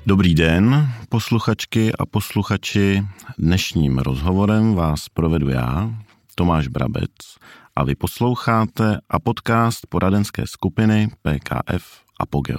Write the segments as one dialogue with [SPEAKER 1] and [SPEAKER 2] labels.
[SPEAKER 1] Dobrý den, posluchačky a posluchači. Dnešním rozhovorem vás provedu já, Tomáš Brabec, a vy posloucháte a podcast poradenské skupiny PKF Apogeo.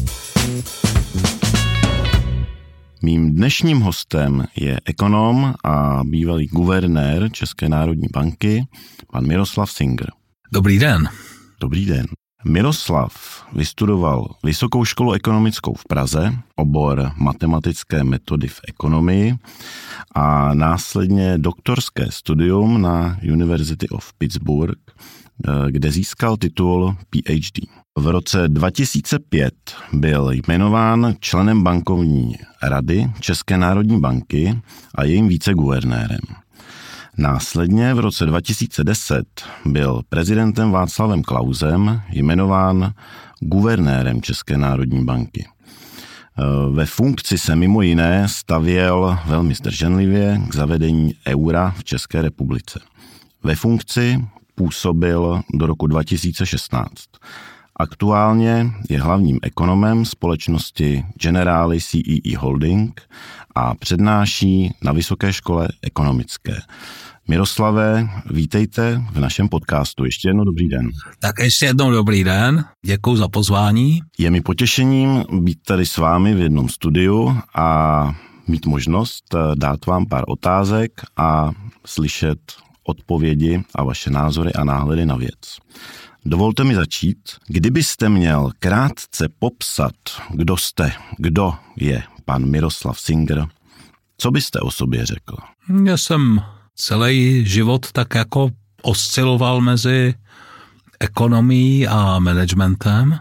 [SPEAKER 1] Mým dnešním hostem je ekonom a bývalý guvernér České národní banky, pan Miroslav Singer.
[SPEAKER 2] Dobrý den.
[SPEAKER 1] Dobrý den. Miroslav vystudoval Vysokou školu ekonomickou v Praze, obor matematické metody v ekonomii a následně doktorské studium na University of Pittsburgh, kde získal titul PhD. V roce 2005 byl jmenován členem bankovní rady České národní banky a jejím viceguvernérem. Následně v roce 2010 byl prezidentem Václavem Klausem jmenován guvernérem České národní banky. Ve funkci se mimo jiné stavěl velmi zdrženlivě k zavedení eura v České republice. Ve funkci působil do roku 2016. Aktuálně je hlavním ekonomem společnosti Generali CEE Holding a přednáší na Vysoké škole ekonomické. Miroslave, vítejte v našem podcastu. Ještě jednou dobrý den.
[SPEAKER 2] Tak ještě jednou dobrý den, děkuji za pozvání.
[SPEAKER 1] Je mi potěšením být tady s vámi v jednom studiu a mít možnost dát vám pár otázek a slyšet odpovědi a vaše názory a náhledy na věc. Dovolte mi začít. Kdybyste měl krátce popsat, kdo jste, kdo je pan Miroslav Singer, co byste o sobě řekl?
[SPEAKER 2] Já jsem celý život tak jako osciloval mezi ekonomií a managementem.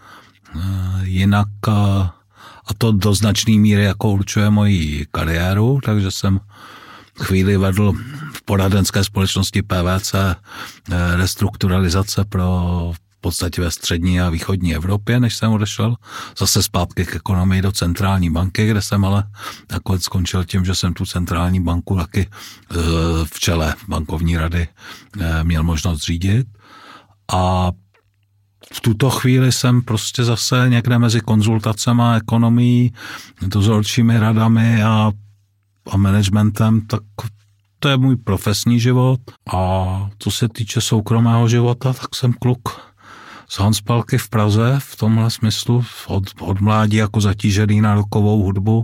[SPEAKER 2] Jinak, a to do značné míry jako určuje moji kariéru, takže jsem chvíli vedl v poradenské společnosti PwC restrukturalizace pro v podstatě ve střední a východní Evropě, než jsem odešel zase zpátky k ekonomii do centrální banky, kde jsem ale nakonec skončil tím, že jsem tu centrální banku taky v čele bankovní rady měl možnost řídit. A v tuto chvíli jsem prostě zase někde mezi konzultacemi a ekonomií, dozorčími radami a managementem, tak to je můj profesní život. A co se týče soukromého života, tak jsem kluk z Hanspalky v Praze, v tomhle smyslu od mládí jako zatížený na rockovou hudbu,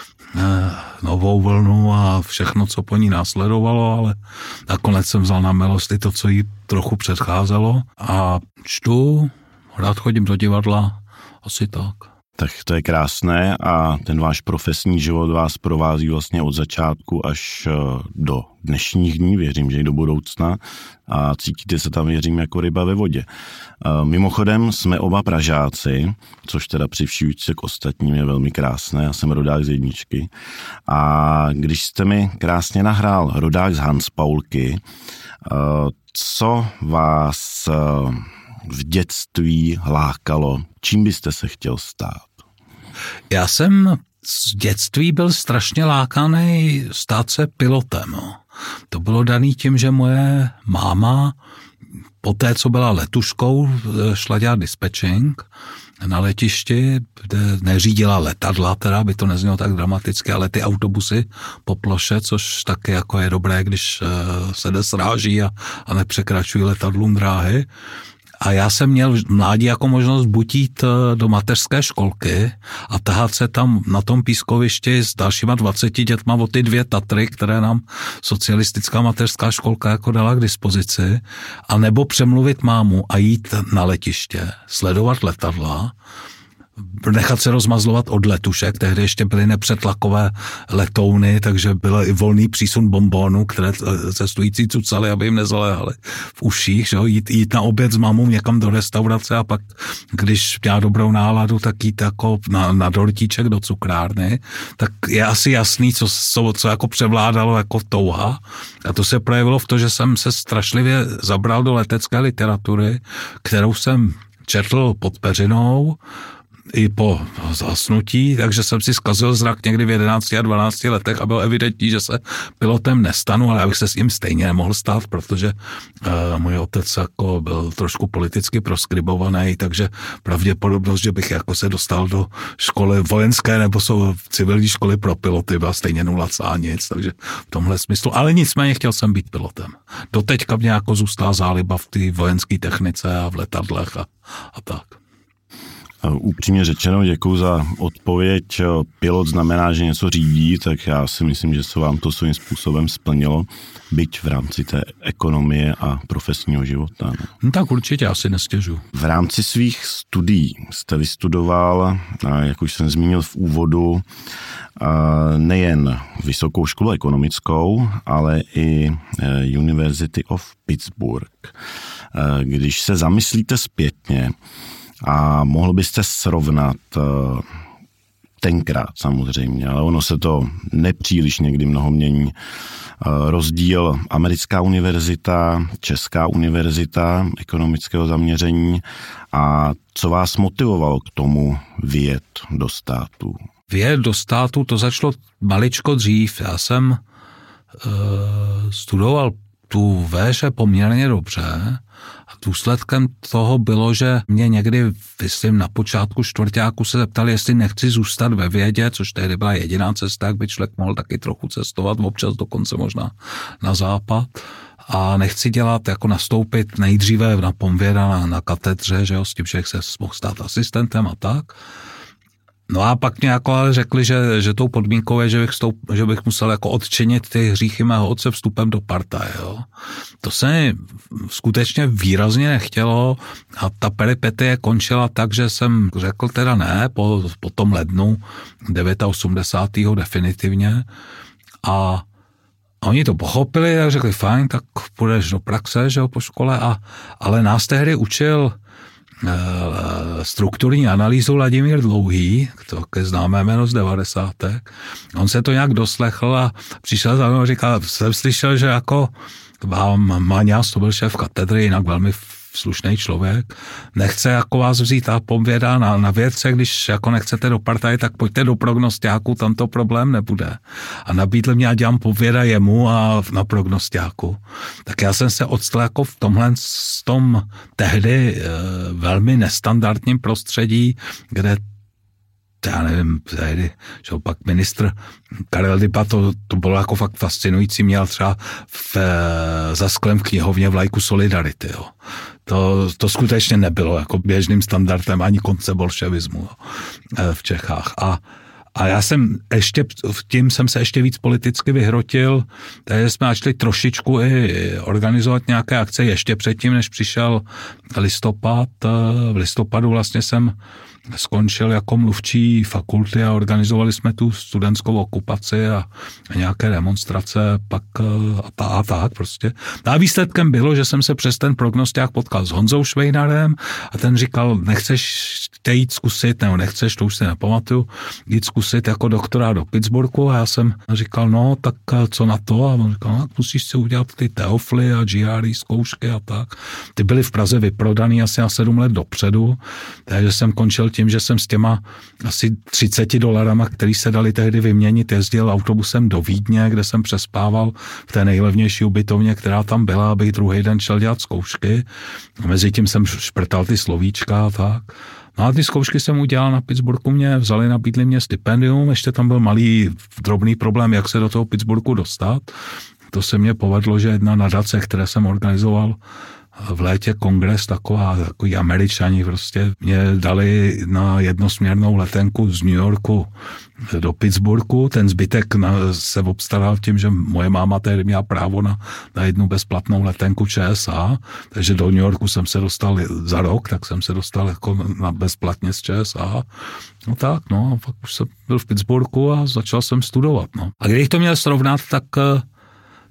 [SPEAKER 2] novou vlnu a všechno, co po ní následovalo, ale nakonec jsem vzal na milost i to, co jí trochu předcházelo. A čtu, rád chodím do divadla, asi tak.
[SPEAKER 1] Tak to je krásné a ten váš profesní život vás provází vlastně od začátku až do dnešních dní, věřím, že i do budoucna a cítíte se tam, věřím, jako ryba ve vodě. Mimochodem jsme oba Pražáci, což teda při vší úctě k ostatním je velmi krásné, já jsem rodák z Jedničky a když jste mi krásně nahrál rodák z Hanspaulky, co vás v dětství lákalo, čím byste se chtěl stát?
[SPEAKER 2] Já jsem z dětství byl strašně lákaný stát se pilotem. To bylo daný tím, že moje máma poté, co byla letuškou, šla dělat dispatching na letišti, kde neřídila letadla, teda by to neznělo tak dramaticky, ale ty autobusy po ploše, což taky jako je dobré, když se nesráží a nepřekračují letadlům dráhy. A já jsem měl v mládí jako možnost buď jít do mateřské školky a tahat se tam na tom pískovišti s dalšíma 20 dětma o ty 2 Tatry, které nám socialistická mateřská školka jako dala k dispozici, a nebo přemluvit mámu a jít na letiště, sledovat letadla, nechat se rozmazlovat od letušek, tehdy ještě byly nepřetlakové letouny, takže byl i volný přísun bombónů, které cestující cucali, aby jim nezaléhali v uších, že? Jít na oběd s mámou někam do restaurace a pak, když měla dobrou náladu, tak jít jako na dortíček do cukrárny, tak je asi jasný, co jako převládalo jako touha, a to se projevilo v to, že jsem se strašlivě zabral do letecké literatury, kterou jsem četl pod peřinou, i po zasnutí, takže jsem si zkazil zrak někdy v 11 a 12 letech a bylo evidentní, že se pilotem nestanu, ale abych se s ním stejně nemohl stát, protože můj otec jako byl trošku politicky proskribovaný, takže pravděpodobnost, že bych jako se dostal do školy vojenské nebo jsou civilní školy pro piloty, byla stejně nula a nic, takže v tomhle smyslu. Ale nicméně chtěl jsem být pilotem. Doteďka mě jako zůstala záliba v té vojenské technice a v letadlech a tak.
[SPEAKER 1] Upřímně řečeno, děkuji za odpověď. Pilot znamená, že něco řídí, tak já si myslím, že se vám to svým způsobem splnilo, byť v rámci té ekonomie a profesního života.
[SPEAKER 2] No tak určitě, já si nestěžuji.
[SPEAKER 1] V rámci svých studií jste vystudoval, jak už jsem zmínil v úvodu, nejen Vysokou školu ekonomickou, ale i University of Pittsburgh. Když se zamyslíte zpětně, a mohl byste srovnat tenkrát samozřejmě, ale ono se to nepříliš někdy mnoho mění. Rozdíl americká univerzita, česká univerzita ekonomického zaměření a co vás motivovalo k tomu vyjet do států?
[SPEAKER 2] Vyjet do států to začalo maličko dřív. Já jsem studoval tu véše poměrně dobře a důsledkem toho bylo, že mě někdy, myslím, na počátku čtvrťáku se zeptali, jestli nechci zůstat ve vědě, což tehdy byla jediná cesta, jak by člověk mohl taky trochu cestovat, občas dokonce možná na západ. A nechci dělat, jako nastoupit nejdříve na pomvěda na katedře, že jo, s tím, že se mohl stát asistentem a tak. No a pak mě jako ale řekli, že tou podmínkou je, že bych musel jako odčinit ty hříchy mého otce vstupem do partaje. Jo. To se mi skutečně výrazně nechtělo a ta peripetie končila tak, že jsem řekl teda ne, po tom lednu 89. definitivně a oni to pochopili a řekli fajn, tak půjdeš do praxe, že jo, po škole, ale nás tehdy učil strukturní analýzu Vladimír Dlouhý, to je známé jméno z 90. On se to nějak doslechl a přišel za mnou a říkal, jsem slyšel, že jako Maňas, to byl šéf katedry, jinak velmi slušný člověk, nechce jako vás vzít a povědá na vědce, když jako nechcete do partaje, tak pojďte do prognostiáku, tam to problém nebude. A nabídl mě, ať dělám pověda jemu a na prognostiáku. Tak já jsem se odstl jako v tom tehdy velmi nestandardním prostředí, kde já nevím, tehdy, že pak ministr Karel Dyba, to bylo jako fakt fascinující, měl třeba za sklem v knihovně vlajku Solidarity, jo. To skutečně nebylo jako běžným standardem ani konce bolševismu v Čechách. A já jsem tím jsem se ještě víc politicky vyhrotil, takže jsme začali trošičku i organizovat nějaké akce ještě předtím, než přišel listopad. V listopadu vlastně jsem skončil jako mluvčí fakulty a organizovali jsme tu studentskou okupaci a nějaké demonstrace pak a tak prostě. A výsledkem bylo, že jsem se přes ten prognostiák potkal s Honzou Švejnarem a ten říkal, nechceš jít zkusit, nebo nechceš, to už si nepamatuju, jít zkusit jako doktora do Pittsburghu a já jsem říkal, no tak co na to? A on říkal, no, musíš si udělat ty TOEFLy a GRE zkoušky a tak. Ty byly v Praze vyprodaný asi na 7 let dopředu, takže jsem končil tím, že jsem s těma asi $30, který se dali tehdy vyměnit, jezdil autobusem do Vídně, kde jsem přespával v té nejlevnější ubytovně, která tam byla, abych druhý den šel dělat zkoušky. A mezi tím jsem šprtal ty slovíčka a tak. No a ty zkoušky jsem udělal na Pittsburghu, mě vzali, nabídli mě stipendium, ještě tam byl malý drobný problém, jak se do toho Pittsburghu dostat. To se mně povedlo, že jedna nadace, které jsem organizoval v létě kongres, takový Američani prostě mě dali na jednosměrnou letenku z New Yorku do Pittsburghu. Ten zbytek se obstaral tím, že moje máma tehdy měla právo na jednu bezplatnou letenku ČSA, takže do New Yorku jsem se dostal za rok, tak jsem se dostal jako na bezplatně z ČSA. No tak, no, a pak už jsem byl v Pittsburghu a začal jsem studovat, no. A když to měl srovnat,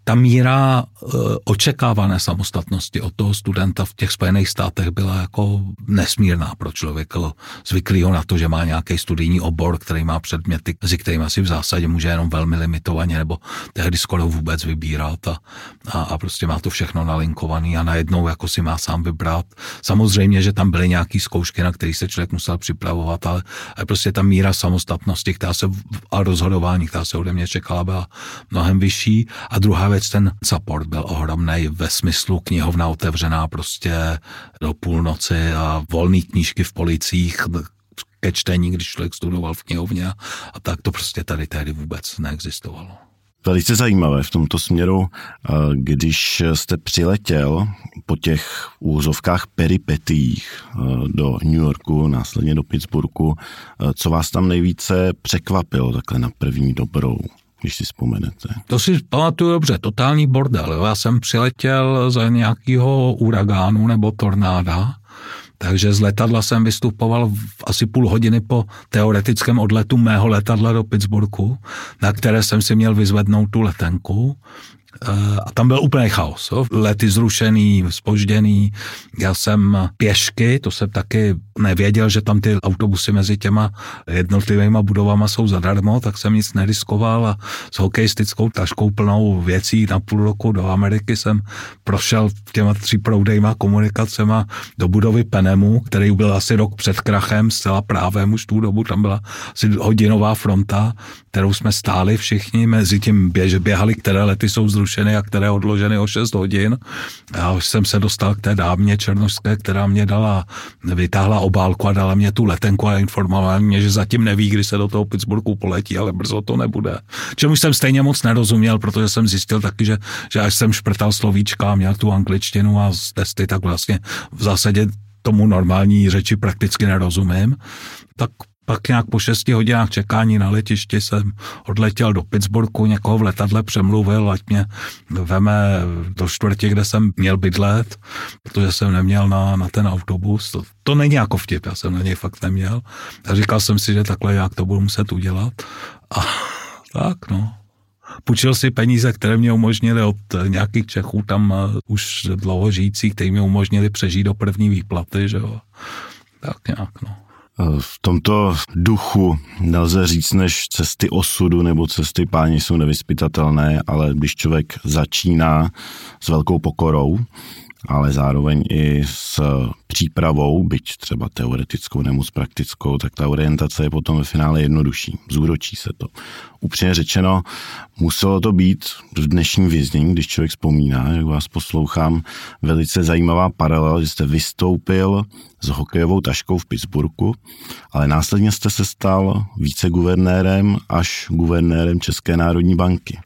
[SPEAKER 2] ta míra očekávané samostatnosti od toho studenta v těch Spojených státech byla jako nesmírná pro člověka zvyklýho na to, že má nějaký studijní obor, který má předměty, mezi kterými asi v zásadě může jenom velmi limitovaně nebo tehdy skoro vůbec vybírat a prostě má to všechno nalinkovaný a najednou jako si má sám vybrat. Samozřejmě, že tam byly nějaký zkoušky, na který se člověk musel připravovat, ale prostě ta míra samostatnosti, a rozhodování, která se ode mě čekala, byla mnohem vyšší. A druhá věc, ten support byl ohromnej ve smyslu knihovna otevřená prostě do půlnoci a volný knížky v policích ke čtení, když člověk studoval v knihovně a tak to prostě tady tehdy vůbec neexistovalo.
[SPEAKER 1] Velice zajímavé v tomto směru, když jste přiletěl po těch úvozovkách peripetiích do New Yorku, následně do Pittsburghu, co vás tam nejvíce překvapilo takhle na první dobrou, když si vzpomenete?
[SPEAKER 2] To si pamatuju dobře, totální bordel. Já jsem přiletěl za nějakého uragánu nebo tornáda, takže z letadla jsem vystupoval asi půl hodiny po teoretickém odletu mého letadla do Pittsburghu, na které jsem si měl vyzvednout tu letenku. A tam byl úplný chaos. Lety zrušený, zpožděný. Já jsem pěšky, to jsem taky nevěděl, že tam ty autobusy mezi těma jednotlivýma budovama jsou zadarmo, tak jsem nic neriskoval a s hokejistickou taškou plnou věcí na půl roku do Ameriky jsem prošel těma 3proudejma komunikacema do budovy Penemu, který byl asi rok před krachem, zcela právem už tu dobu, tam byla asi hodinová fronta, kterou jsme stáli všichni, mezi tím běhali, které lety jsou zrušeny a které odloženy o 6 hodin. Já už jsem se dostal k té dámě černošské, která mě vytáhla obálku a dala mě tu letenku a informovala mě, že zatím neví, kdy se do toho Pittsburghu poletí, ale brzo to nebude. Čemu jsem stejně moc nerozuměl, protože jsem zjistil taky, že až jsem šprtal slovíčka a měl tu angličtinu a z testy, tak vlastně v zásadě tomu normální řeči prakticky nerozumím. Tak pak nějak po 6 hodinách čekání na letišti jsem odletěl do Pittsburghu, někoho v letadle přemluvil, ať mě veme do čtvrti, kde jsem měl bydlet, protože jsem neměl na ten autobus. To není jako vtip, já jsem na něj fakt neměl. A říkal jsem si, že takhle jak to budu muset udělat. A tak no. Půjčil si peníze, které mě umožnili od nějakých Čechů tam už dlouho žijících, kteří mě umožnili přežít do první výplaty, že jo. Tak nějak no.
[SPEAKER 1] V tomto duchu nelze říct, než cesty osudu nebo cesty Páně jsou nevyzpytatelné, ale když člověk začíná s velkou pokorou, ale zároveň i s přípravou, byť třeba teoretickou nebo s praktickou, tak ta orientace je potom ve finále jednodušší. Zúročí se to. Upřímně řečeno, muselo to být v dnešním věznění, když člověk vzpomíná, jak vás poslouchám, velice zajímavá paralela, že jste vystoupil s hokejovou taškou v Pittsburghu, ale následně jste se stal viceguvernérem až guvernérem České národní banky.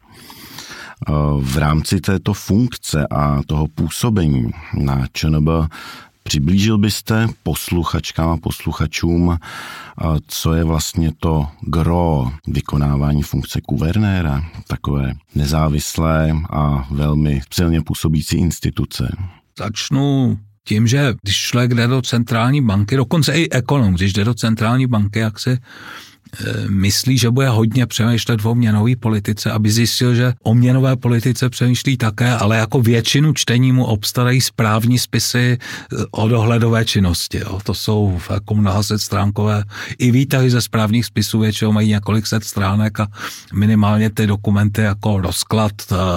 [SPEAKER 1] V rámci této funkce a toho působení na ČNB přiblížil byste posluchačkám a posluchačům, co je vlastně to gro vykonávání funkce guvernéra, takové nezávislé a velmi silně působící instituce?
[SPEAKER 2] Začnu tím, že když člověk jde do centrální banky, dokonce i ekonom, když jde do centrální banky, jak si myslí, že bude hodně přemýšlet o měnové politice, aby zjistil, že o měnové politice přemýšlí také, ale jako většinu čtení mu obstarají správní spisy o dohledové činnosti. Jo. To jsou jako mnohasetstránkové i výtahy ze správních spisů, většinou mají několik set stránek a minimálně ty dokumenty jako rozklad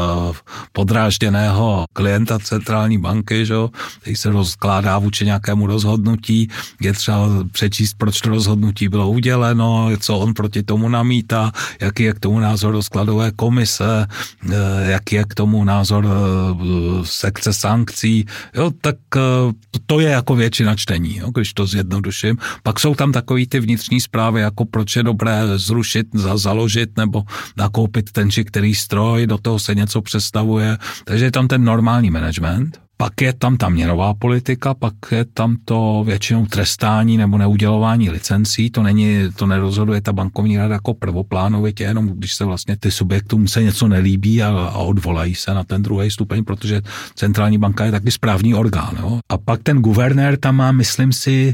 [SPEAKER 2] podrážděného klienta centrální banky, že, který se rozkládá vůči nějakému rozhodnutí, je třeba přečíst, proč to rozhodnutí bylo uděleno, co on proti tomu namítá, jaký je k tomu názor rozkladové komise, jaký je k tomu názor sekce sankcí, jo, tak to je jako většina čtení, jo, když to zjednoduším. Pak jsou tam takový ty vnitřní zprávy, jako proč je dobré zrušit, založit nebo nakoupit ten či který stroj, do toho se něco přestavuje, takže je tam ten normální management. Pak je tam ta měnová politika, pak je tam to většinou trestání nebo neudělování licencí, to nerozhoduje ta bankovní rada jako prvoplánovitě, jenom když se vlastně ty subjektům se něco nelíbí a odvolají se na ten druhý stupeň, protože centrální banka je taky správní orgán. Jo? A pak ten guvernér tam má, myslím si,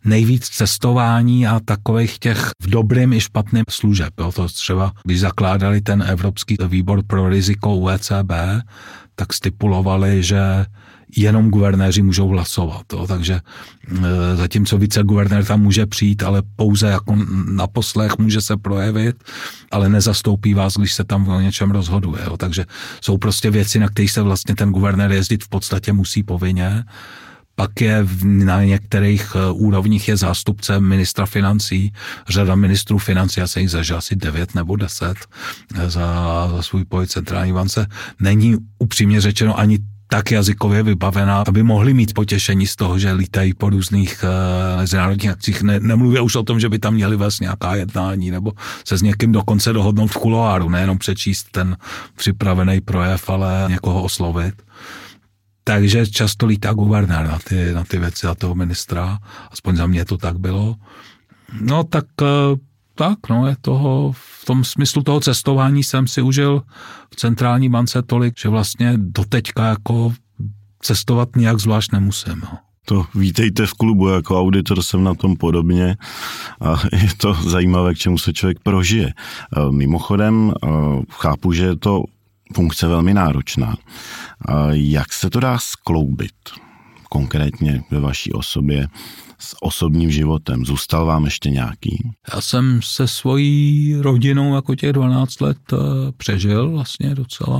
[SPEAKER 2] nejvíc cestování a takových těch v dobrým i špatným služeb. Jo. To třeba, když zakládali ten Evropský výbor pro riziko UECB, tak stipulovali, že jenom guvernéři můžou hlasovat. Jo. Takže zatímco viceguvernér tam může přijít, ale pouze jako na poslech může se projevit, ale nezastoupí vás, když se tam o něčem rozhoduje. Jo. Takže jsou prostě věci, na kterých se vlastně ten guvernér jezdit v podstatě musí povinně. Pak je na některých úrovních je zástupce ministra financí, řada ministrů financí, já se jich zažil asi 9 nebo 10 za svůj pohyb centrální bance, není upřímně řečeno ani tak jazykově vybavená, aby mohli mít potěšení z toho, že lítají po různých mezinárodních akcích. Nemluvě už o tom, že by tam měli vést nějaká jednání nebo se s někým dokonce dohodnout v kuloáru, nejenom přečíst ten připravený projev, ale někoho oslovit. Takže často lítá guvernér na ty věci, za toho ministra, aspoň za mě to tak bylo. No tak je toho, v tom smyslu toho cestování jsem si užil v centrální bance tolik, že vlastně doteďka jako cestovat nějak zvlášť nemusím. No.
[SPEAKER 1] To vítejte v klubu, jako auditor jsem na tom podobně a je to zajímavé, k čemu se člověk prožije. Mimochodem chápu, že je to funkce velmi náročná. Jak se to dá skloubit konkrétně ve vaší osobě s osobním životem? Zůstal vám ještě nějaký?
[SPEAKER 2] Já jsem se svojí rodinou jako těch 12 let přežil vlastně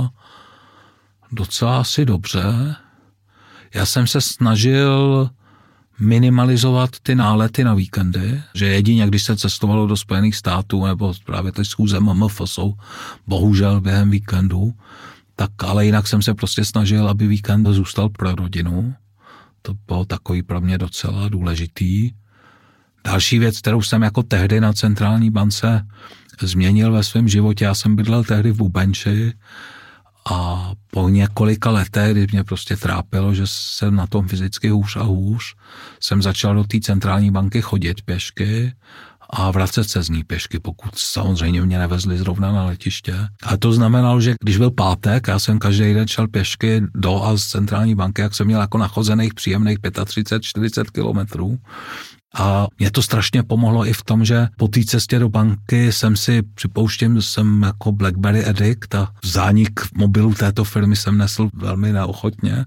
[SPEAKER 2] docela asi dobře. Já jsem se snažil minimalizovat ty nálety na víkendy, že jedině, když se cestovalo do Spojených států nebo právě ty schůze MMF jsou bohužel během víkendu, tak ale jinak jsem se prostě snažil, aby víkend zůstal pro rodinu. To bylo takový pro mě docela důležitý. Další věc, kterou jsem jako tehdy na centrální bance změnil ve svém životě, já jsem bydlel tehdy v Bubenči a po několika letech, kdy mě prostě trápilo, že jsem na tom fyzicky hůř a hůř, jsem začal do té centrální banky chodit pěšky a vracet se z ní pěšky, pokud samozřejmě mě nevezli zrovna na letiště. A to znamenalo, že když byl pátek, já jsem každý den šel pěšky do a z centrální banky, jak jsem měl jako nachozených příjemných 35-40 kilometrů. A mě to strašně pomohlo i v tom, že po té cestě do banky připouštím, že jsem jako BlackBerry addict a zánik mobilu této firmy jsem nesl velmi neochotně,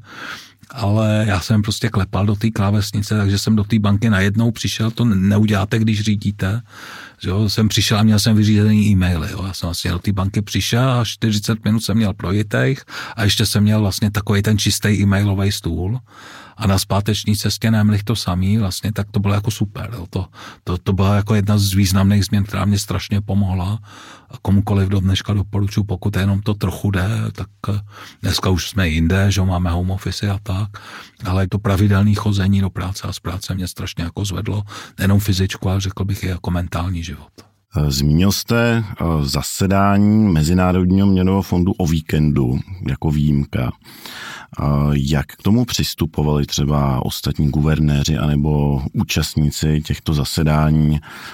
[SPEAKER 2] ale já jsem prostě klepal do té klávesnice, takže jsem do té banky najednou přišel, to neuděláte, když řídíte, jo, jsem přišel a měl jsem vyřízený e-maily, jo. Já jsem vlastně do té banky přišel a 40 minut jsem měl projitejch a ještě jsem měl vlastně takový ten čistý e-mailový stůl. A na zpáteční cestě nemlich to samý, vlastně, tak to bylo jako super. Jo. To byla jako jedna z významných změn, která mě strašně pomohla. A komukoliv do dneška doporučuji, pokud jenom to trochu jde, tak dneska už jsme jinde, že máme home office a tak, ale to pravidelné chození do práce a z práce mě strašně jako zvedlo, nejenom fyzičku, ale řekl bych i jako mentální život.
[SPEAKER 1] Zmínil jste zasedání Mezinárodního měnového fondu o víkendu jako výjimka. Jak k tomu přistupovali třeba ostatní guvernéři anebo účastníci těchto zasedání?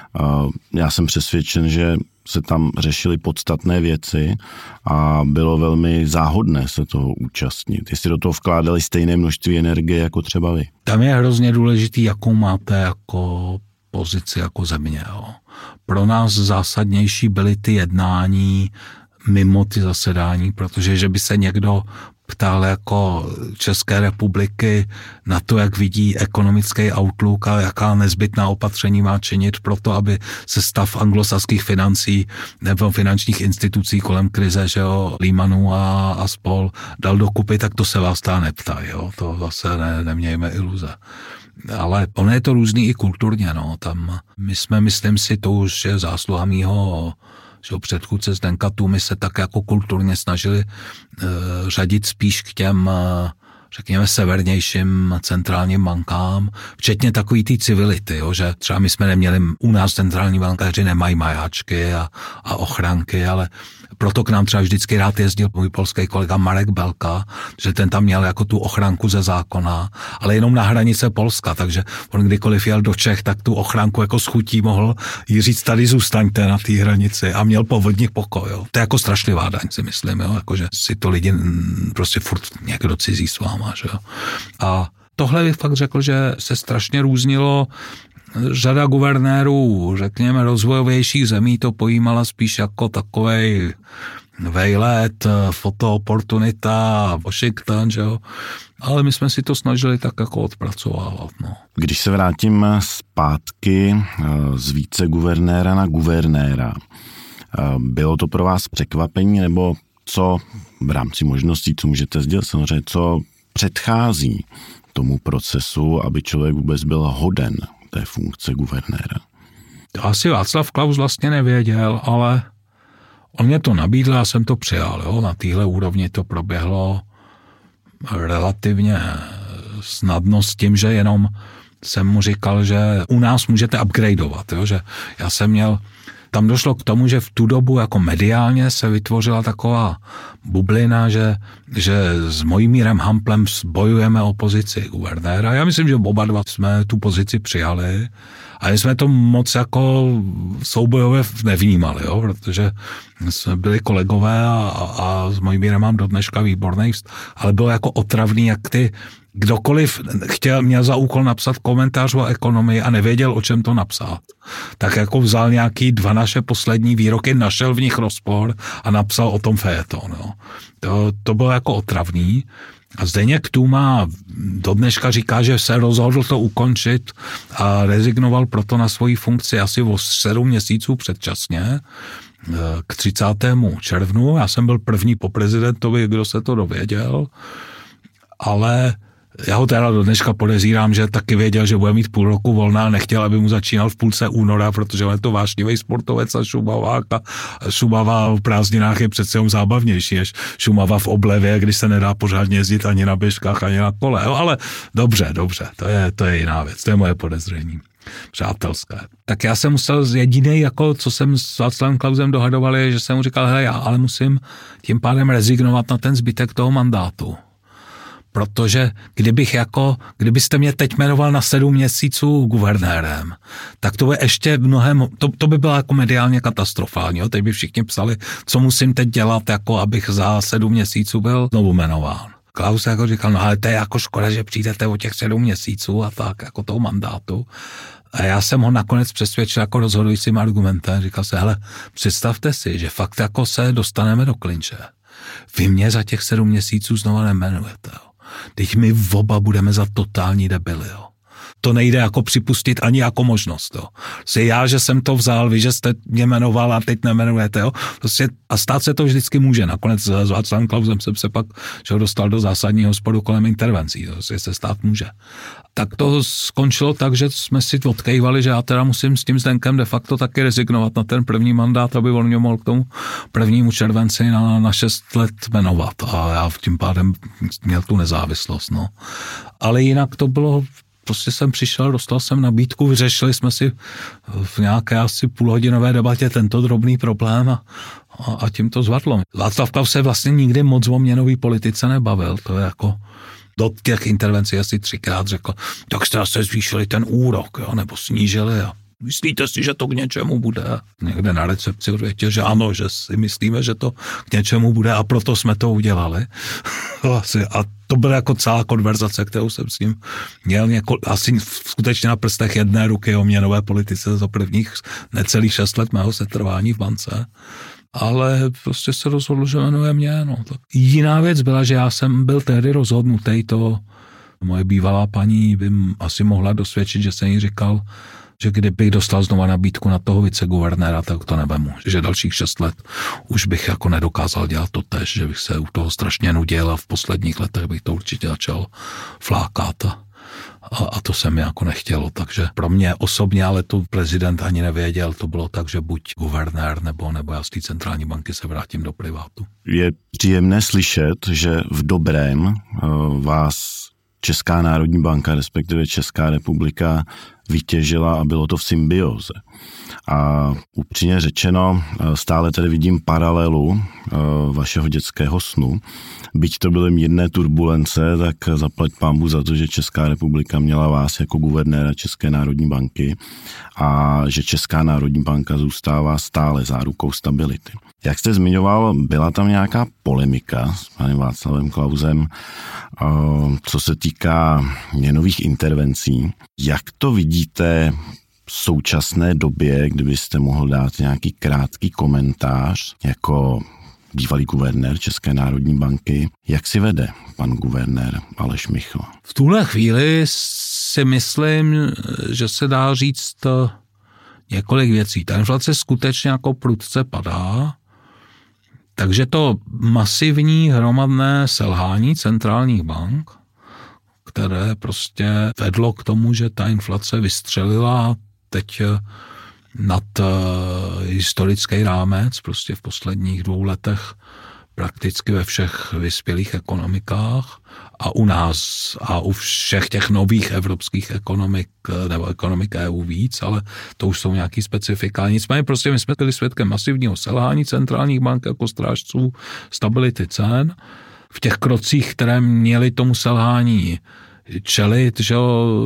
[SPEAKER 1] Já jsem přesvědčen, že se tam řešily podstatné věci a bylo velmi záhodné se toho účastnit. Jestli do toho vkládali stejné množství energie jako třeba vy.
[SPEAKER 2] Tam je hrozně důležitý, jakou máte jako pozici jako země. Jo. Pro nás zásadnější byly ty jednání mimo ty zasedání, protože že by se někdo ptal jako České republiky na to, jak vidí ekonomický outlook a jaká nezbytná opatření má činit pro to, aby se stav anglosaských financí nebo finančních institucí kolem krize, že jo, Lehmanu a spol dal dokupy, tak to se vás tá neptají, jo, to zase nemějme iluze. Ale ono je to různý i kulturně, no, tam my jsme, myslím si, to už je zásluha mýho předchůdce Zdenka Tůmy se tak jako kulturně snažili řadit spíš k těm, řekněme, severnějším centrálním bankám, včetně takový té civility, jo, že třeba my jsme neměli, u nás centrální bankéři nemají majáčky a ochranky, ale proto k nám třeba vždycky rád jezdil můj polský kolega Marek Belka, že ten tam měl jako tu ochranku ze zákona, ale jenom na hranice Polska, takže on kdykoliv jel do Čech, tak tu ochranku jako s chutí mohl jí říct, tady zůstaňte na té hranici a měl povodní pokoj. Jo. To je jako strašlivá daň, si myslím, jo, jako že si to lidi prostě furt někdo cizí s váma. Že jo. A tohle bych fakt řekl, že se strašně různilo řada guvernérů, řekněme, rozvojovějších zemí to pojímala spíš jako takovej vejlet, fotooportunita, Washington, že jo. Ale my jsme si to snažili tak jako odpracovávat, no.
[SPEAKER 1] Když se vrátím zpátky z viceguvernéra na guvernéra, bylo to pro vás překvapení, nebo co v rámci možností, co můžete sdělit, samozřejmě, co předchází tomu procesu, aby člověk vůbec byl hoden té funkce guvernéra?
[SPEAKER 2] To asi Václav Klaus vlastně nevěděl, ale on mě to nabídl a jsem to přijal. Jo? Na téhle úrovni to proběhlo relativně snadno s tím, že jenom jsem mu říkal, že u nás můžete upgradeovat. Jo? Že já jsem měl, tam došlo k tomu, že v tu dobu jako mediálně se vytvořila taková bublina, že s Mojmírem Hamplem bojujeme o pozici guvernéra. Já myslím, že oba dva jsme tu pozici přijali a jsme to moc jako soubojově nevnímali, jo? Protože jsme byli kolegové a s Mojmírem mám do dneška výborný, ale bylo jako otravný, jak kdokoliv měl za úkol napsat komentář o ekonomii a nevěděl, o čem to napsat, tak jako vzal nějaký 2 naše poslední výroky, našel v nich rozpor a napsal o tom fejeton. Jo. To bylo jako otravný. A Zdeněk Tůma do dneška říká, že se rozhodl to ukončit a rezignoval proto na svoji funkci asi o 7 měsíců předčasně k 30. červnu. Já jsem byl první po prezidentovi, kdo se to dověděl, ale já ho teda do dneška podezírám, že taky věděl, že bude mít půl roku volna a nechtěl, aby mu začínal v půlce února, protože on je to vášnivý sportovec a Šumavák a Šumava v prázdninách je přece jen zábavnější než Šumava v oblevě, když se nedá pořádně jezdit ani na běžkách, ani na kole. Jo, ale dobře, to je jiná věc, to je moje podezření. Přátelské. Tak já jsem musel jediný, jako co jsem s Václavem Klausem dohadoval, je, že jsem mu říkal, hele, já ale musím tím pádem rezignovat na ten zbytek toho mandátu. Protože kdybyste mě teď jmenoval na 7 měsíců guvernérem, tak to by ještě mnohem, to by bylo jako mediálně katastrofální. Jo? Teď by všichni psali, co musím teď dělat, jako abych za 7 měsíců byl znovu jmenován. Klaus jako říkal, no ale to je jako škoda, že přijdete o těch 7 měsíců a tak, jako toho mandátu. A já jsem ho nakonec přesvědčil jako rozhodujícím argumentem. Říkal se, hele, představte si, že fakt jako se dostaneme do klinče. Vy mě za těch 7 měsíců znova nejmenujete, jo. Teď my oba budeme za totální debily, jo. To nejde jako připustit ani jako možnost, jo. Prostě já, že jsem to vzal, vy, že jste mě jmenoval a teď nemenujete, jo. Prostě a stát se to vždycky může. Nakonec s Václavem Klausem jsem se pak dostal do zásadního sporu kolem intervencí, to se stát může. Tak to skončilo tak, že jsme si odkejvali, že já teda musím s tím Zdenkem de facto taky rezignovat na ten první mandát, aby on mě mohl k tomu 1. červenci na 6 let jmenovat. A já tím pádem měl tu nezávislost, no. Ale jinak to bylo, prostě jsem přišel, dostal jsem nabídku, vyřešili jsme si v nějaké asi půlhodinové debatě tento drobný problém a tím to zvadlo. Václav Klaus se vlastně nikdy moc o měnový politice nebavil, to je jako do těch intervencí asi 3krát řekl, tak jste se zvýšili ten úrok, jo, nebo snížili a myslíte si, že to k něčemu bude? Někde na recepci odvěděl, že ano, že si myslíme, že to k něčemu bude a proto jsme to udělali. A to byla jako celá konverzace, kterou jsem s ním měl asi skutečně na prstech jedné ruky o měnové politice za prvních necelých 6 let mého setrvání v bance. Ale prostě se rozhodl, že jmenuje mě. No. Tak jiná věc byla, že já jsem byl tehdy rozhodnutý, to moje bývalá paní by asi mohla dosvědčit, že jsem jí říkal, že kdybych dostal znova nabídku na toho viceguvernéra, tak to nevemu. Že dalších 6 let už bych jako nedokázal dělat to tež, že bych se u toho strašně nudil a v posledních letech bych to určitě začal flákat a to se mi jako nechtělo. Takže pro mě osobně, ale to prezident ani nevěděl, to bylo tak, že buď guvernér, nebo já z té centrální banky se vrátím do privátu. Je
[SPEAKER 1] příjemné slyšet, že v dobrém vás Česká národní banka, respektive Česká republika vytěžila a bylo to v symbioze. A upřímně řečeno, stále tady vidím paralelu vašeho dětského snu. Byť to byly mírné turbulence, tak zaplať pánbůh za to, že Česká republika měla vás jako guvernéra České národní banky a že Česká národní banka zůstává stále zárukou stability. Jak jste zmiňoval, byla tam nějaká polemika s panem Václavem Klausem, co se týká měnových intervencí. Jak to vidíte v současné době, kdybyste mohl dát nějaký krátký komentář jako bývalý guvernér České národní banky? Jak si vede pan guvernér Aleš Michl?
[SPEAKER 2] V tuhle chvíli si myslím, že se dá říct několik věcí. Ta inflace skutečně jako prudce padá, takže to masivní hromadné selhání centrálních bank, které prostě vedlo k tomu, že ta inflace vystřelila teď nad historický rámec, prostě v posledních 2 letech prakticky ve všech vyspělých ekonomikách a u nás a u všech těch nových evropských ekonomik nebo ekonomik EU víc, ale to už jsou nějaký specifika. Nicméně prostě my jsme byli svědkem masivního selhání centrálních bank jako strážců stability cen v těch krocích, které měly tomu selhání čelit, že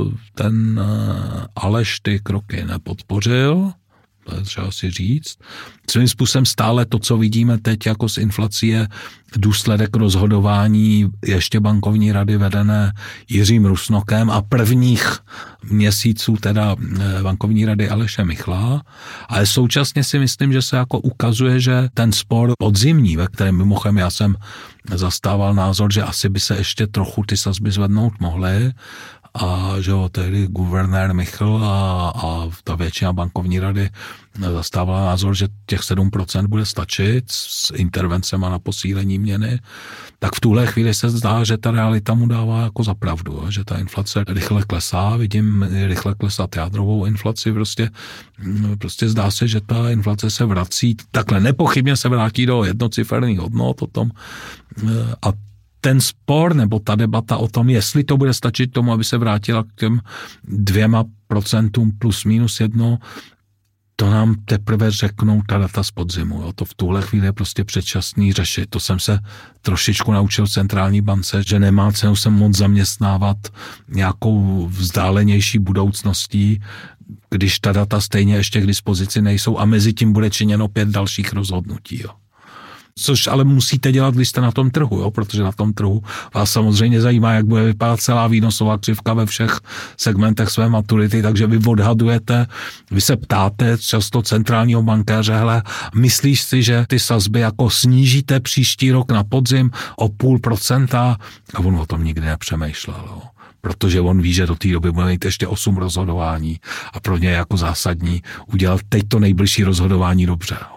[SPEAKER 2] ten Aleš ty kroky nepodpořil, to je třeba si říct. Svým způsobem stále to, co vidíme teď jako s inflací, je důsledek rozhodování ještě bankovní rady vedené Jiřím Rusnokem a prvních měsíců teda bankovní rady Aleše Michla. Ale současně si myslím, že se jako ukazuje, že ten spor podzimní, ve kterém mimochodem já jsem zastával názor, že asi by se ještě trochu ty sazby zvednout mohly, a že tehdy guvernér Michl a ta většina bankovní rady zastávala názor, že těch 7% bude stačit s intervencema na posílení měny, tak v tuhle chvíli se zdá, že ta realita mu dává jako za pravdu, že ta inflace rychle klesá, vidím rychle klesat jádrovou inflaci, prostě zdá se, že ta inflace se vrací, takhle nepochybně se vrátí do jednociferných hodnot o tom a ten spor nebo ta debata o tom, jestli to bude stačit tomu, aby se vrátila k těm 2% plus minus 1, to nám teprve řeknou ta data z podzimu. Jo. To v tuhle chvíli je prostě předčasný řešit. To jsem se trošičku naučil v centrální bance, že nemá cenu se moc zaměstnávat nějakou vzdálenější budoucností, když ta data stejně ještě k dispozici nejsou a mezi tím bude činěno 5 dalších rozhodnutí. Jo. Což ale musíte dělat, když jste na tom trhu, jo? Protože na tom trhu vás samozřejmě zajímá, jak bude vypadat celá výnosová křivka ve všech segmentech své maturity, takže vy odhadujete, vy se ptáte často centrálního bankéře, hele, myslíš si, že ty sazby jako snížíte příští rok na podzim o 0,5% a on o tom nikdy nepřemýšlel, jo? Protože on ví, že do té doby bude mít ještě 8 rozhodování a pro ně je jako zásadní udělat teď to nejbližší rozhodování dobře, jo?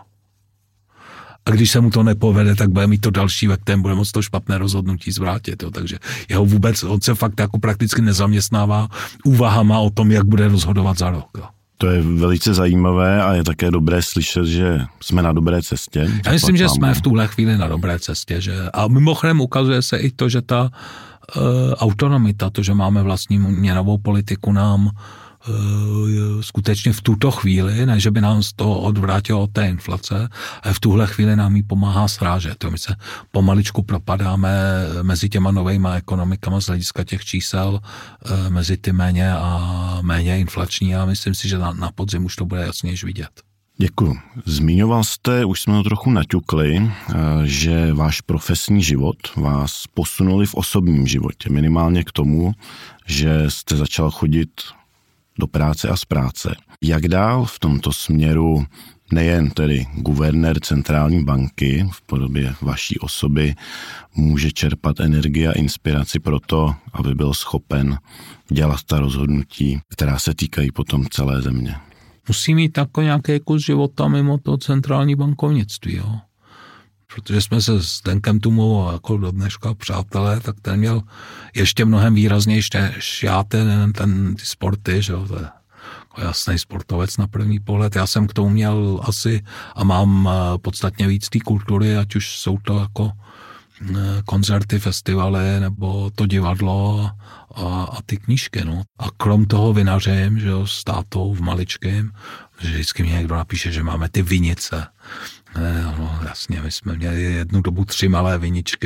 [SPEAKER 2] A když se mu to nepovede, tak bude mít to další, ve kterém bude moct to špatné rozhodnutí zvrátit. Jo. Takže on se fakt jako prakticky nezaměstnává úvahama o tom, jak bude rozhodovat za rok. Jo.
[SPEAKER 1] To je velice zajímavé a je také dobré slyšet, že jsme na dobré cestě.
[SPEAKER 2] Já myslím, že jsme v tuhle chvíli na dobré cestě. A mimochodem ukazuje se i to, že ta autonomita, to, že máme vlastní měnovou politiku, nám skutečně v tuto chvíli, ne že by nám z toho odvrátilo od té inflace, ale v tuhle chvíli nám ji pomáhá srážet. My se pomaličku propadáme mezi těma novejma ekonomikama z hlediska těch čísel, mezi ty méně a méně inflační a myslím si, že na podzim už to bude jasnější vidět.
[SPEAKER 1] Děkuji. Zmiňoval jste, už jsme to trochu naťukli, že váš profesní život vás posunuli v osobním životě, minimálně k tomu, že jste začal chodit do práce a z práce. Jak dál v tomto směru nejen tedy guvernér centrální banky v podobě vaší osoby může čerpat energii a inspiraci pro to, aby byl schopen dělat ta rozhodnutí, která se týkají potom celé země?
[SPEAKER 2] Musí mít jako nějaký kus života mimo to centrální bankovnictví, jo. Protože jsme se s Denkem Tumou jako do dneška přátelé, tak ten měl ještě mnohem výraznější než já ty sporty, že jo, to je jasný sportovec na první pohled. Já jsem k tomu měl asi a mám podstatně víc té kultury, ať už jsou to jako koncerty, festivaly, nebo to divadlo a ty knížky, no. A krom toho vinařím, že jo, s tátou v maličkým, že vždycky mě někdo napíše, že máme ty vinice No, jasně, my jsme měli jednu dobu 3 malé viničky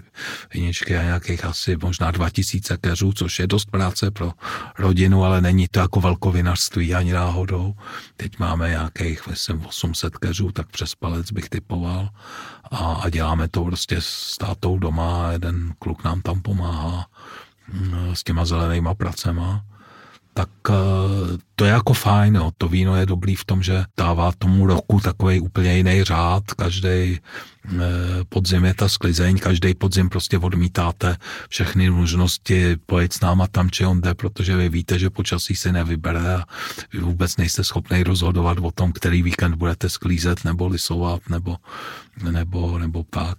[SPEAKER 2] a nějakých asi možná 2000 keřů, což je dost práce pro rodinu, ale není to jako velkovinařství ani náhodou. Teď máme nějakých, myslím, 800 keřů, tak přes palec bych typoval a děláme to prostě s tátou doma a jeden kluk nám tam pomáhá s těma zelenýma pracema. Tak to je jako fajn, jo. To víno je dobrý v tom, že dává tomu roku takovej úplně jiný řád, každý podzim je ta sklizeň, každý podzim prostě odmítáte všechny možnosti pojet s náma tam, či onde, protože vy víte, že počasí se nevybere a vy vůbec nejste schopný rozhodovat o tom, který víkend budete sklízet nebo lisovat nebo tak,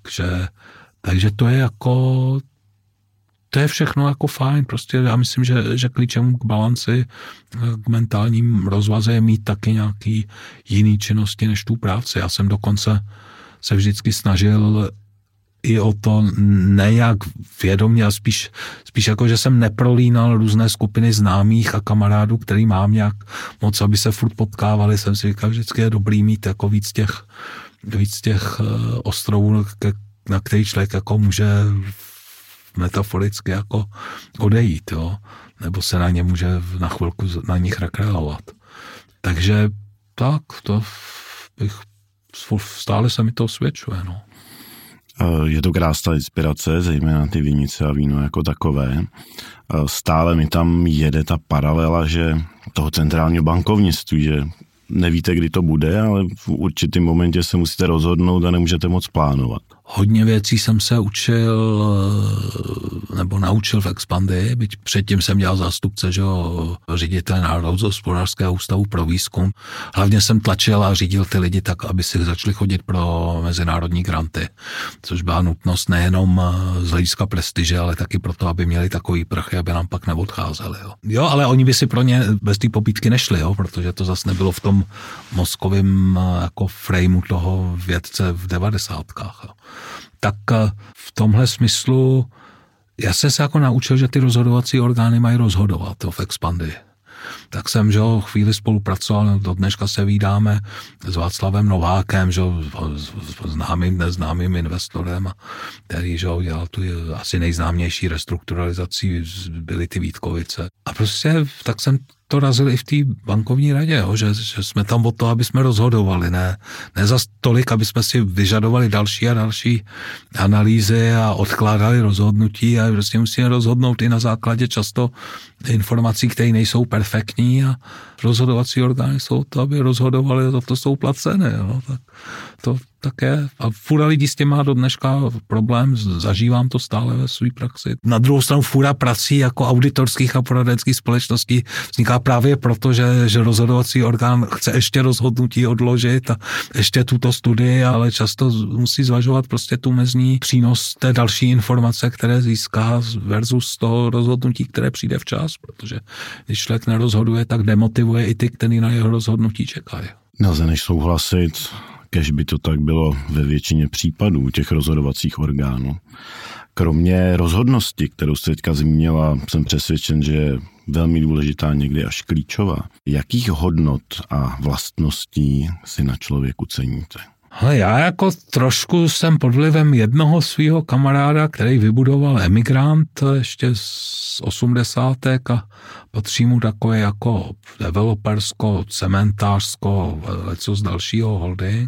[SPEAKER 2] takže to je jako to je všechno jako fajn, prostě já myslím, že klíčem k balanci, k mentálním rozvaze je mít taky nějaký jiný činnosti než tu práci. Já jsem dokonce se vždycky snažil i o to nejak vědomě a spíš jako, že jsem neprolínal různé skupiny známých a kamarádů, který mám nějak moc, aby se furt potkávali. Jsem si říkal, vždycky je dobrý mít jako víc těch ostrovů, na který člověk jako může metaforicky jako odejít, jo? Nebo se na ně může na chvilku na nich rekreovat. Takže tak, to bych stále se mi to osvědčuje, no.
[SPEAKER 1] Je to krásná inspirace, zejména ty vinice a víno jako takové. Stále mi tam jede ta paralela, že toho centrálního bankovnictví, že nevíte, kdy to bude, ale v určitém momentě se musíte rozhodnout a nemůžete moc plánovat.
[SPEAKER 2] Hodně věcí jsem se učil nebo naučil v Expandii, byť předtím jsem dělal zástupce, že ředitel Národohospodářského ústavu pro výzkum. Hlavně jsem tlačil a řídil ty lidi tak, aby si začali chodit pro mezinárodní granty, což byla nutnost nejenom z hlediska prestiže, ale taky proto, aby měli takový prachy, aby nám pak neodcházeli. Jo, ale oni by si pro ně bez té pobídky nešli, jo, protože to zase nebylo v tom mozkovém jako frameu toho vědce v 90kách. Tak v tomhle smyslu já jsem se jako naučil, že ty rozhodovací orgány mají rozhodovat v Expandii. Tak jsem, že chvíli spolupracoval, do dneška se vídáme s Václavem Novákem, že známým, neznámým investorem, který, že dělal tu asi nejznámější restrukturalizací, byly ty Vítkovice. A prostě tak jsem to razil i v té bankovní radě, jo, že jsme tam od toho, aby jsme rozhodovali, ne za tolik, aby jsme si vyžadovali další a další analýzy a odkládali rozhodnutí a prostě musíme rozhodnout i na základě často informací, které nejsou perfektní a rozhodovací orgány jsou to, aby rozhodovali, za to jsou placeny, jo, tak to tak je. A fůra lidí s tím má do dneška problém, zažívám to stále ve své praxi. Na druhou stranu fůra prací jako auditorských a poradenských společností vzniká právě proto, že rozhodovací orgán chce ještě rozhodnutí odložit a ještě tuto studii, ale často musí zvažovat prostě tu mezní přínos té další informace, které získá versus toho rozhodnutí, které přijde včas, protože když člověk nerozhoduje, tak demotivuje i ty, kteří na jeho rozhodnutí čekají.
[SPEAKER 1] Nelze než souhlasit, kež by to tak bylo ve většině případů těch rozhodovacích orgánů. Kromě rozhodnosti, kterou jste teďka zmínila, jsem přesvědčen, že je velmi důležitá, někdy až klíčová. Jakých hodnot a vlastností si na člověku ceníte?
[SPEAKER 2] Já jako trošku jsem pod vlivem jednoho svého kamaráda, který vybudoval Emigrant ještě z 80. a patří mu takové jako developersko, cementářsko, leco z dalšího holding.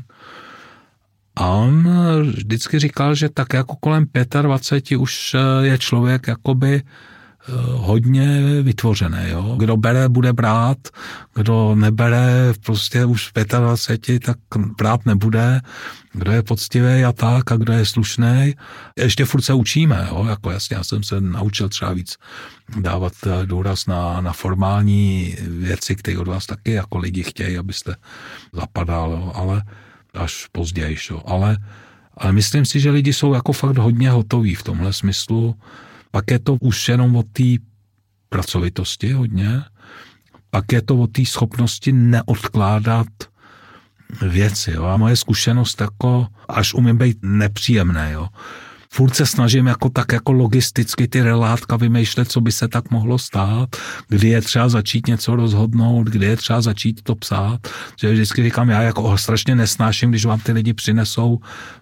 [SPEAKER 2] A on vždycky říkal, že tak jako kolem 25 už je člověk jakoby hodně vytvořený, jo. Kdo bere, bude brát, kdo nebere, prostě už v 25, tak brát nebude, kdo je poctivý a tak, a kdo je slušný. Ještě furt se učíme, jo, jako jasně, já jsem se naučil třeba víc dávat důraz na formální věci, které od vás taky jako lidi chtějí, abyste zapadal, jo, ale až později, jo. Ale myslím si, že lidi jsou jako fakt hodně hotoví v tomhle smyslu. Pak je to už jenom o té pracovitosti hodně, pak je to o té schopnosti neodkládat věci. Jo. A moje zkušenost jako, až umím být nepříjemné, jo. furt se snažím jako logisticky ty relátka vymýšlet, co by se tak mohlo stát, kdy je třeba začít něco rozhodnout, kdy je třeba začít to psát. Že vždycky říkám, já jako strašně nesnáším, když vám ty lidi přinesou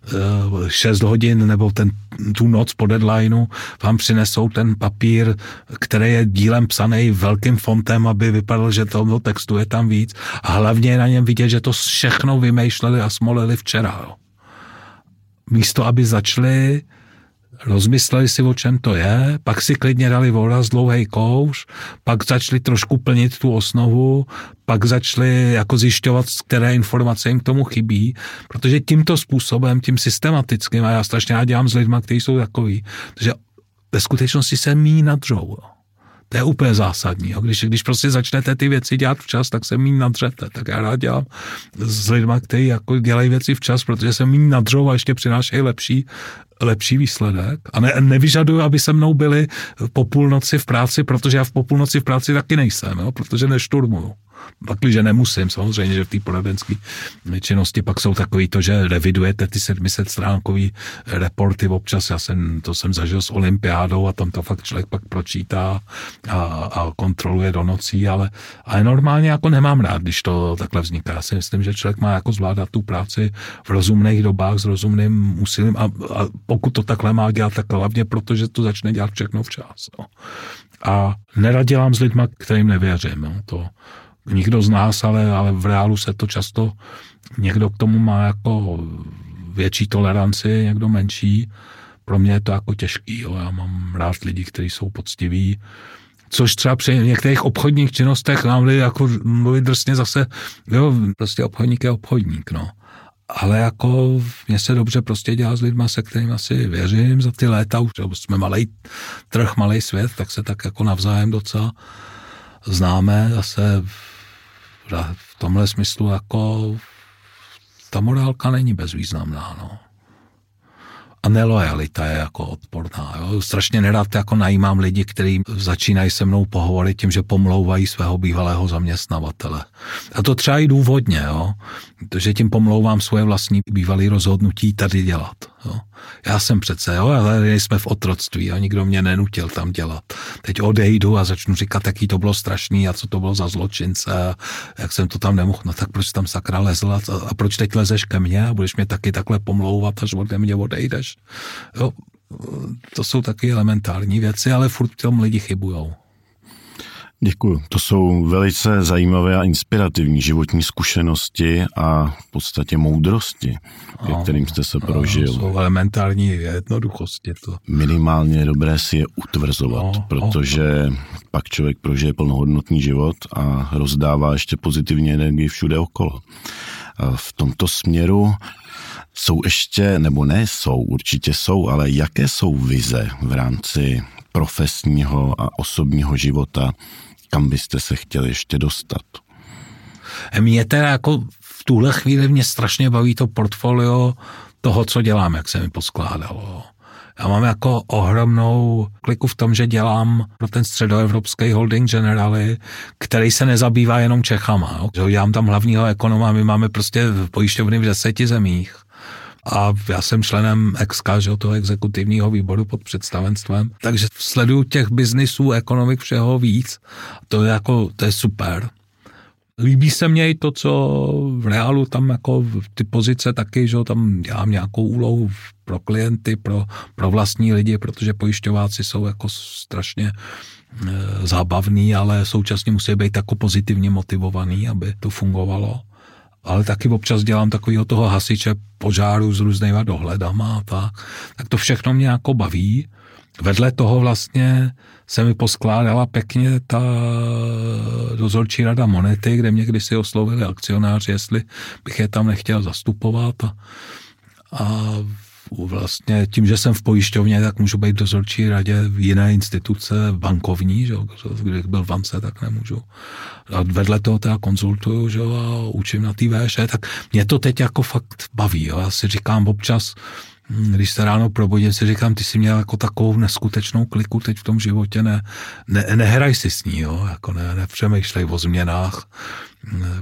[SPEAKER 2] 6 hodin nebo tu noc po deadlineu, vám přinesou ten papír, který je dílem psaný velkým fontem, aby vypadalo, že toho textu je tam víc. A hlavně je na něm vidět, že to všechno vymýšleli a smolili včera. Jo. Místo, aby začali, rozmysleli si, o čem to je, pak si klidně dali voraz, dlouhej kouř, pak začali trošku plnit tu osnovu, pak začali jako zjišťovat, které informace jim k tomu chybí, protože tímto způsobem, tím systematickým, a já strašně rád dělám s lidma, kteří jsou takový, že ve skutečnosti se míň nadřou. To je úplně zásadní. Jo. Když prostě začnete ty věci dělat včas, tak se míň nadřete. Tak já rád dělám s lidma, kteří jako dělají věci včas, protože se míň nadřou a ještě přinášejí lepší výsledek. A nevyžaduju, aby se mnou byli po půlnoci v práci, protože já po půlnoci v práci taky nejsem, jo, protože nešturmuju. Pakliže nemusím, samozřejmě, že v té poradenské činnosti pak jsou takový to, že revidujete ty 700stránkový reporty občas, to jsem zažil s olympiádou a tam to fakt člověk pak pročítá a kontroluje do nocí, ale normálně jako nemám rád, když to takhle vzniká. Já si myslím, že člověk má jako zvládat tu práci v rozumných dobách s rozumným úsilím a pokud to takhle má dělat, tak hlavně protože to začne dělat všechno včas. No. A nerad dělám s lidma, kterým nevěřím. No. To nikdo z nás, ale v reálu se to často, někdo k tomu má jako větší toleranci, někdo menší. Pro mě je to jako těžký. Jo. Já mám rád lidi, kteří jsou poctiví, což třeba při některých obchodních činnostech nám lidi jako mluvit drsně zase, jo, prostě obchodník je obchodník, no. Ale jako mně se dobře prostě dělá s lidma, se kterým asi věřím za ty léta, už jsme malej trh, malej svět, tak se tak jako navzájem docela známe, zase v tomhle smyslu jako ta morálka není bezvýznamná, no. A nelojalita je jako odporná. Jo? Strašně nerad jako najímám lidi, kteří začínají se mnou pohovorit tím, že pomlouvají svého bývalého zaměstnavatele. A to třeba i důvodně, jo? Že tím pomlouvám svoje vlastní bývalé rozhodnutí tady dělat. Jo? Já jsem přece, jo, ale jsme v otroctví a nikdo mě nenutil tam dělat. Teď odejdu a začnu říkat, jaký to bylo strašný a co to bylo za zločince a jak jsem to tam nemohl, no tak proč tam sakra lezla a proč teď lezeš ke mně a budeš mě taky takhle pomlouvat, až ode mě odejdeš. Jo, to jsou taky elementární věci, ale furt tom lidi chybujou.
[SPEAKER 1] Děkuju. To jsou velice zajímavé a inspirativní životní zkušenosti a v podstatě moudrosti, ke kterým jste se prožil.
[SPEAKER 2] Jsou elementární jednoduchosti. To.
[SPEAKER 1] Minimálně je dobré si je utvrzovat, protože pak člověk prožije plnohodnotný život a rozdává ještě pozitivní energii všude okolo. V tomto směru jsou ještě, nebo ne jsou, určitě jsou, ale jaké jsou vize v rámci profesního a osobního života, kam byste se chtěli ještě dostat?
[SPEAKER 2] Mě teda jako v tuhle chvíli mě strašně baví to portfolio toho, co dělám, jak se mi poskládalo. Já mám jako ohromnou kliku v tom, že dělám pro ten středoevropský holding Generali, který se nezabývá jenom Čechama. Jo. Dělám tam hlavního ekonoma, my máme prostě pojišťovny v 10 zemích. A já jsem členem toho exekutivního výboru pod představenstvem, takže sleduju těch biznisů, ekonomik, všeho víc. To je super. Líbí se mně i to, co v reálu tam jako ty pozice taky, že tam dělám nějakou úlohu pro klienty, pro vlastní lidi, protože pojišťováci jsou jako strašně zábavný, ale současně musí být jako pozitivně motivovaný, aby to fungovalo. Ale taky občas dělám takového toho hasiče požáru s různýma dohledama a tak to všechno mě jako baví. Vedle toho vlastně se mi poskládala pěkně ta dozorčí rada Monety, kde mě kdysi oslovili akcionáři, jestli bych je tam nechtěl zastupovat a vlastně tím, že jsem v pojišťovně, tak můžu být v dozorčí radě v jiné instituce bankovní, že? Kdybych byl v bance, tak nemůžu. A vedle toho teda konzultuju, že? A učím na té VŠ, tak mě to teď jako fakt baví. Jo? Já si říkám občas, když se ráno probudím, si říkám, ty jsi měl jako takovou neskutečnou kliku teď v tom životě, nehraj si s ní, jo? Jako nepřemýšlej o změnách,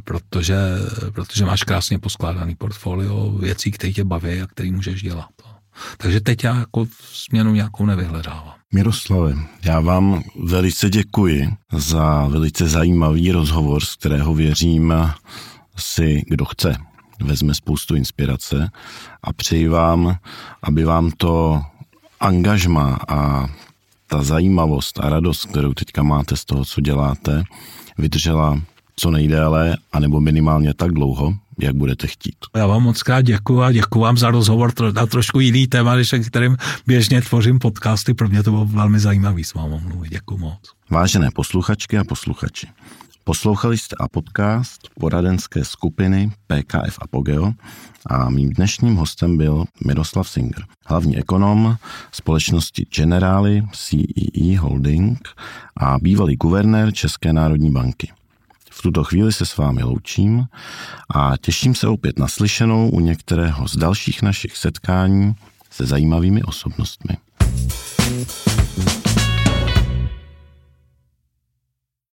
[SPEAKER 2] protože máš krásně poskládaný portfolio věcí, které tě baví a které můžeš dělat. Takže teď já jako směnu nějakou nevyhledávám.
[SPEAKER 1] Miroslave, já vám velice děkuji za velice zajímavý rozhovor, z kterého věřím si, kdo chce, vezme spoustu inspirace a přeji vám, aby vám to angažma a ta zajímavost a radost, kterou teďka máte z toho, co děláte, vydržela co nejdéle, anebo minimálně tak dlouho, jak budete chtít.
[SPEAKER 2] Já vám moc krát děkuju a děkuju vám za rozhovor na trošku jiný téma, než kterým běžně tvořím podcasty. Pro mě to bylo velmi zajímavý s vámi mluvit. Děkuju moc.
[SPEAKER 1] Vážené posluchačky a posluchači, poslouchali jste a podcast poradenské skupiny PKF Apogeo a mým dnešním hostem byl Miroslav Singer, hlavní ekonom společnosti Generali CEE Holding a bývalý guvernér České národní banky. V tuto chvíli se s vámi loučím a těším se opět na slyšenou u některého z dalších našich setkání se zajímavými osobnostmi.